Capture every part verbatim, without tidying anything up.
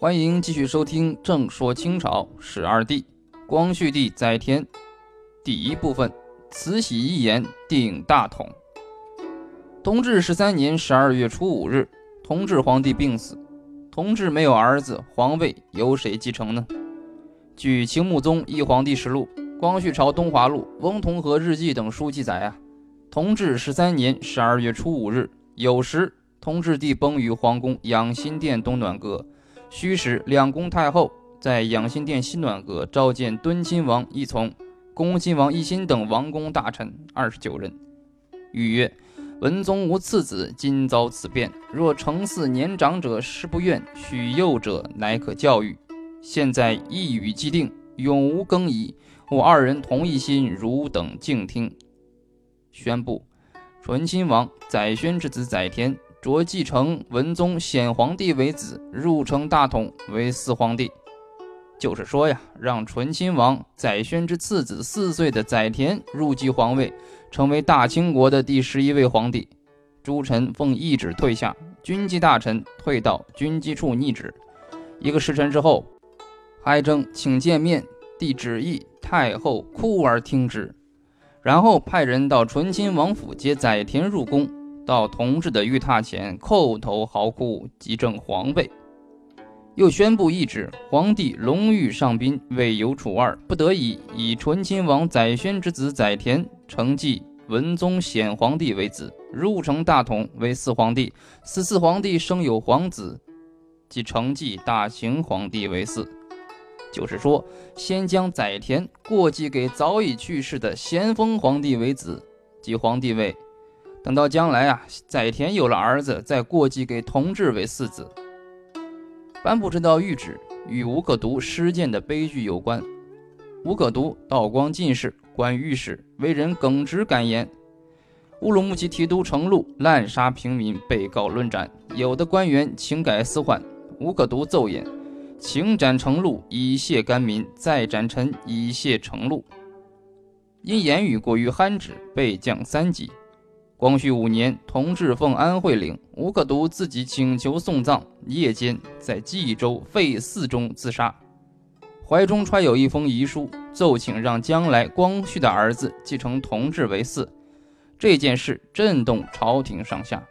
欢迎继续收听《正说清朝始二帝光绪帝载天》第一部分，慈禧一言定大统。同治十三年十二月初五日，同治皇帝病死。同治没有儿子，皇位由谁继承呢？据清穆宗一皇帝实录、光绪朝东华录、翁同龢日记等书记载啊，同治十三年十二月初五日，酉时，同治帝崩于皇宫养心殿东暖阁。戌时，两宫太后在养心殿西暖阁召见敦亲王一从、恭亲王奕欣等王公大臣二十九人，谕曰：文宗无次子，今遭此变，若承嗣年长者誓不愿，许幼者乃可教育。现在一语既定，永无更移，我二人同一心，汝等静听。宣布醇亲王载宣之子载湉着继承文宗显皇帝为子，入承大统为四皇帝。就是说呀，让醇亲王载宣之次子四岁的载湉入继皇位，成为大清国的第十一位皇帝。诸臣奉懿旨退下，军机大臣退到军机处拟旨。一个时辰之后，哀征请见面，帝旨意，太后哭而听之。然后派人到醇亲王府接载湉入宫，到同治的御榻前叩头嚎哭，即正皇位。又宣布懿旨，皇帝龙御上宾，未有处二，不得已以醇亲王载宣之子载湉承继文宗显皇帝为子，入承大统为四皇帝。此四皇帝生有皇子，即承继大清皇帝为嗣。就是说，先将载湉过继给早已去世的咸丰皇帝为子，即皇帝位。等到将来啊，载湉有了儿子，再过继给同治为嗣子。颁布这道谕旨与吴可读失剑的悲剧有关。吴可读道光进士，官御史，为人耿直敢言。乌鲁木齐提督程璐滥杀平民，被告论斩，有的官员请改私换。吴可读奏言：请斩程璐以谢甘民，再斩臣以谢程璐。因言语过于憨直，被降三级。光绪五年，同治奉安徽令，吴可读自己请求送葬，夜间在冀州废寺中自杀，怀中揣有一封遗书，奏请让将来光绪的儿子继承同治为嗣。这件事震动朝廷上下。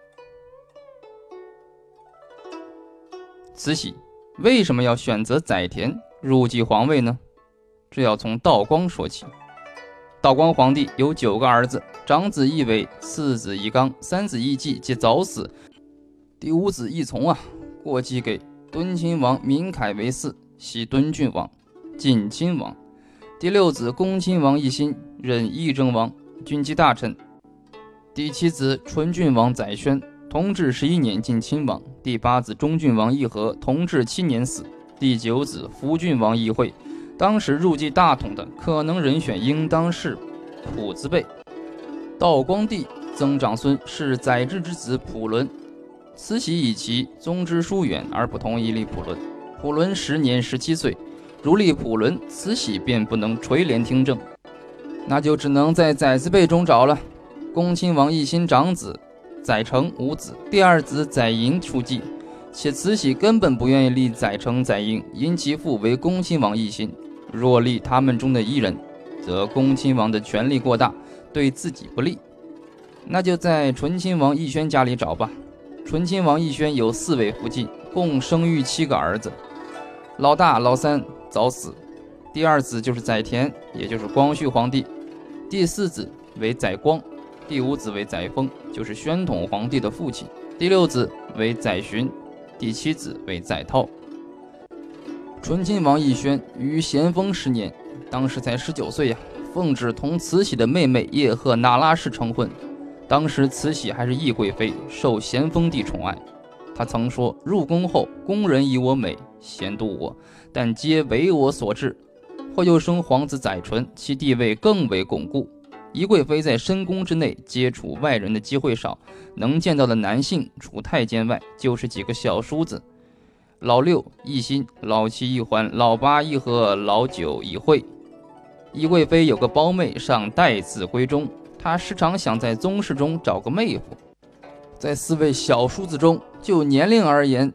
慈禧为什么要选择载湉入继皇位呢？这要从道光说起。道光皇帝有九个儿子，长子奕纬，次子奕纲，三子奕继皆早死，第五子奕从啊，过继给敦亲王敏凯为嗣，系敦郡王、晋亲王。第六子恭亲王奕欣任议政王、军机大臣。第七子纯郡王载宣，同治十一年晋亲王。第八子中郡王奕和，同治七年死。第九子福郡王奕惠，当时入继大统的可能人选应当是溥字辈。道光帝曾长孙是载质之子溥伦，慈禧以其宗之疏远而不同意立溥伦。溥伦时年十七岁，如立溥伦，慈禧便不能垂帘听政，那就只能在载字辈中找了。恭亲王奕欣长子载承无子，第二子载寅出继，且慈禧根本不愿意立载承、载寅，因其父为恭亲王奕欣。若立他们中的一人，则恭亲王的权力过大，对自己不利。那就在醇亲王奕轩家里找吧。醇亲王奕轩有四位福晋，共生育七个儿子，老大、老三早死，第二子就是载湉，也就是光绪皇帝，第四子为载光，第五子为载沣，就是宣统皇帝的父亲，第六子为载洵，第七子为载涛。醇亲王奕轩于咸丰十年，当时才十九岁呀，奉旨同慈禧的妹妹叶赫那拉氏成婚。当时慈禧还是懿贵妃，受咸丰帝宠爱。她曾说：入宫后，宫人以我美，贤妒我，但皆为我所致。后又生皇子载淳，其地位更为巩固。懿贵妃在深宫之内接触外人的机会少，能见到的男性除太监外，就是几个小叔子。老六奕欣，老七奕环，老八奕和，老九奕惠。懿贵妃有个胞妹上待字闺中，她时常想在宗室中找个妹夫。在四位小叔子中，就年龄而言，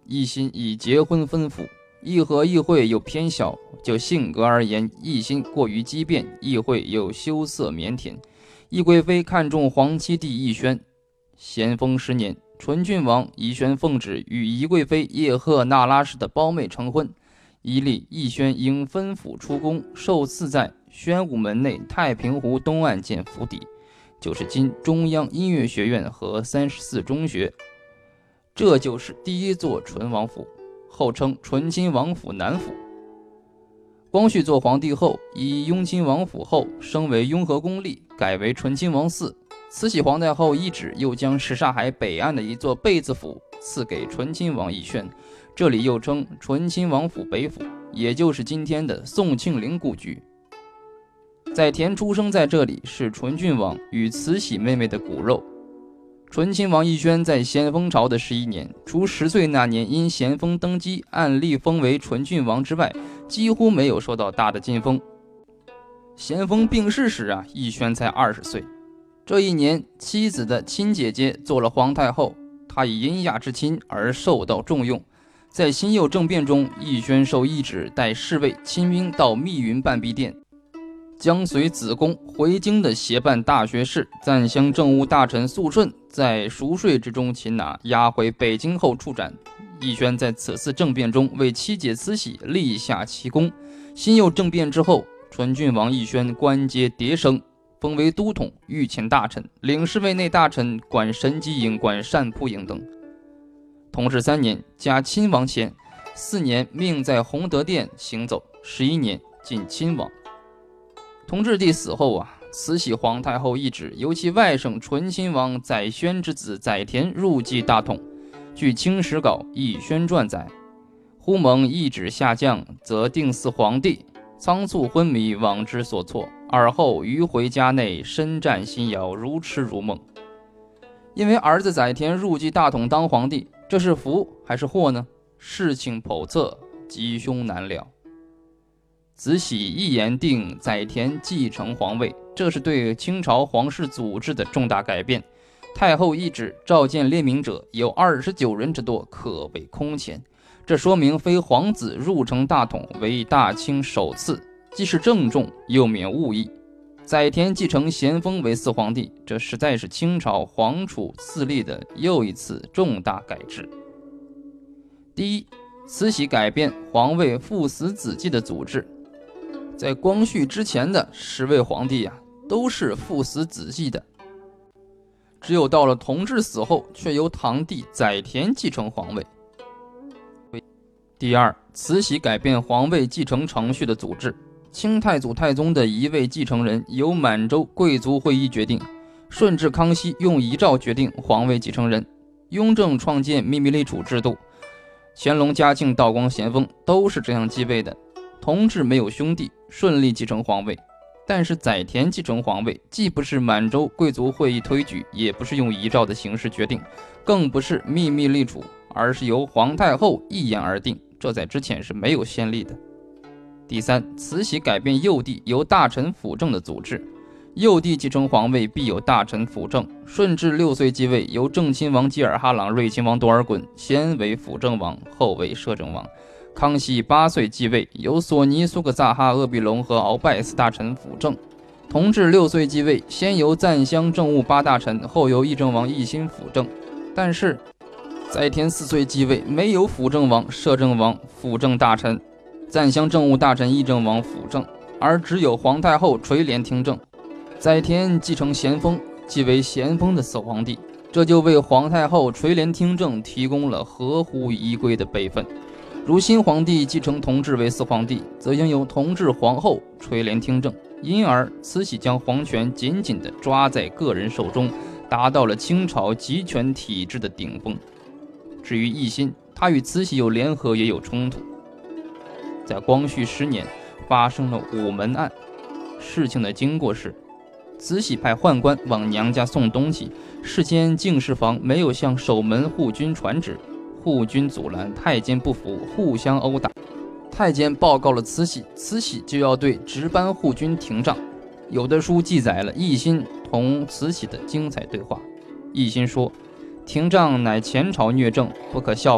奕欣已结婚分府，议和议会又偏小，就性格而言，奕欣过于机变，议会又羞涩腼腆。懿贵妃看中皇七弟奕轩，咸丰十年，纯郡王奕轩奉旨与懿贵妃叶赫那拉氏的胞妹成婚，一立奕轩应分府出宫，受赐在宣武门内太平湖东岸建府邸，就是今中央音乐学院和三十四中学。这就是第一座纯王府，后称纯亲王府南府。光绪做皇帝后，以雍亲王府后升为雍和宫立，改为纯亲王寺。慈禧皇太后懿旨又将什刹海北岸的一座贝字府赐给纯亲王奕轩，这里又称纯亲王府北府，也就是今天的宋庆龄故居。载湉出生在这里，是纯郡王与慈禧妹妹的骨肉。纯亲王奕轩在咸丰朝的十一年，除十岁那年因咸丰登基按立封为纯郡王之外，几乎没有受到大的晋封。咸丰病逝时啊，奕轩才二十岁。这一年，妻子的亲姐姐做了皇太后，她以殷雅之亲而受到重用。在辛酉政变中，奕轩受懿旨带侍卫亲兵到密云半壁殿，将随子宫回京的协办大学士、赞襄政务大臣肃顺在赎税之中擒拿，押回北京后处斩。奕轩在此次政变中为妻姐慈禧立下奇功。辛酉政变之后，纯郡王奕轩官阶迭升，封为都统、御前大臣、领侍卫内大臣，管神机营、管善扑营等。同治三年，加亲王衔，四年命在弘德殿行走，十一年进亲王。同治帝死后啊，慈禧皇太后懿旨由其外甥纯亲王载轩之子载湉入继大统。据《清史稿·奕轩传》载，忽蒙懿旨下降，则定嗣皇帝，仓促昏迷，往之所措。尔后余回家内，深战心摇，如痴如梦。因为儿子载湉入继大统当皇帝，这是福还是祸呢？事情叵测，吉凶难料。慈禧一言定载湉继承皇位，这是对清朝皇室组织的重大改变。太后懿旨召见列名者有二十九人之多，可谓空前。这说明非皇子入承大统为大清首次，既是郑重又免误意。载湉继承咸丰为四皇帝，这实在是清朝皇储四立的又一次重大改制。第一，慈禧改变皇位父死子继的组织。在光绪之前的十位皇帝啊，都是父死子继的，只有到了同治死后，却由堂弟载湉继承皇位。第二，慈禧改变皇位继承程序的组织。清太祖太宗的一位继承人由满洲贵族会议决定，顺治康熙用遗诏决定皇位继承人，雍正创建秘密立储制度，乾隆、嘉庆、道光、咸丰都是这样继位的。同治没有兄弟，顺利继承皇位。但是载湉继承皇位既不是满洲贵族会议推举，也不是用遗诏的形式决定，更不是秘密立储，而是由皇太后一言而定，这在之前是没有先例的。第三，慈禧改变幼帝由大臣辅政的组织。幼帝继承皇位必有大臣辅政。顺治六岁继位，由正亲王济尔哈朗、睿亲王多尔衮先为辅政王，后为摄政王。康熙八岁继位，由索尼、苏克萨哈、鄂必隆和鳌拜四大臣辅政。同治六岁继位，先由赞襄政务八大臣，后由议政王奕欣辅政。但是载湉四岁继位，没有辅政王、摄政王、辅政大臣、赞襄政务大臣、议政王辅政，而只有皇太后垂帘听政。载湉继承咸丰，即为咸丰的四皇帝，这就为皇太后垂帘听政提供了合乎仪规的辈分。如新皇帝继承同治为四皇帝，则应由同治皇后垂帘听政，因而慈禧将皇权紧紧地抓在个人手中，达到了清朝集权体制的顶峰。至于奕欣，他与慈禧有联合也有冲突。在光绪十年发生了午门案，事情的经过是，慈禧派宦官往娘家送东西，事先敬事房没有向守门护军传旨，护军阻拦，太监不服，互相殴打。太监报告了慈禧，慈禧就要对值班护军停杖。有的书记载了奕欣同慈禧的精彩对话。奕欣说：“停杖乃前朝虐政，不可效法。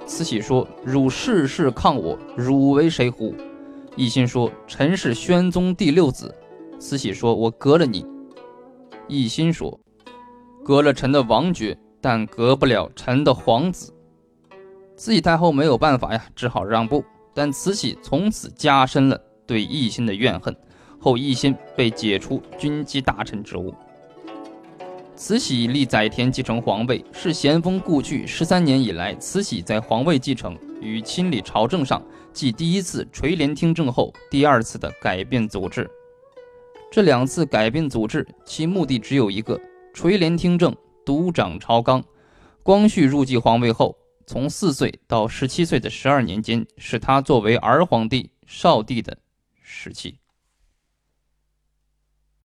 慈禧说：“汝事事抗我，汝为谁乎？”奕欣说：“臣是宣宗第六子。”慈禧说：“我革了你。”奕欣说：“革了臣的王爵，但革不了臣的皇子。”慈禧太后没有办法呀，只好让步。但慈禧从此加深了对奕欣的怨恨，后奕欣被解除军机大臣职务。慈禧立载湉继承皇位，是咸丰故去十三年以来，慈禧在皇位继承与亲理朝政上继第一次垂帘听政后第二次的改变组织。这两次改变组织，其目的只有一个：垂帘听政，独掌朝纲。光绪入继皇位后，从四岁到十七岁的十二年间，是他作为儿皇帝、少帝的时期。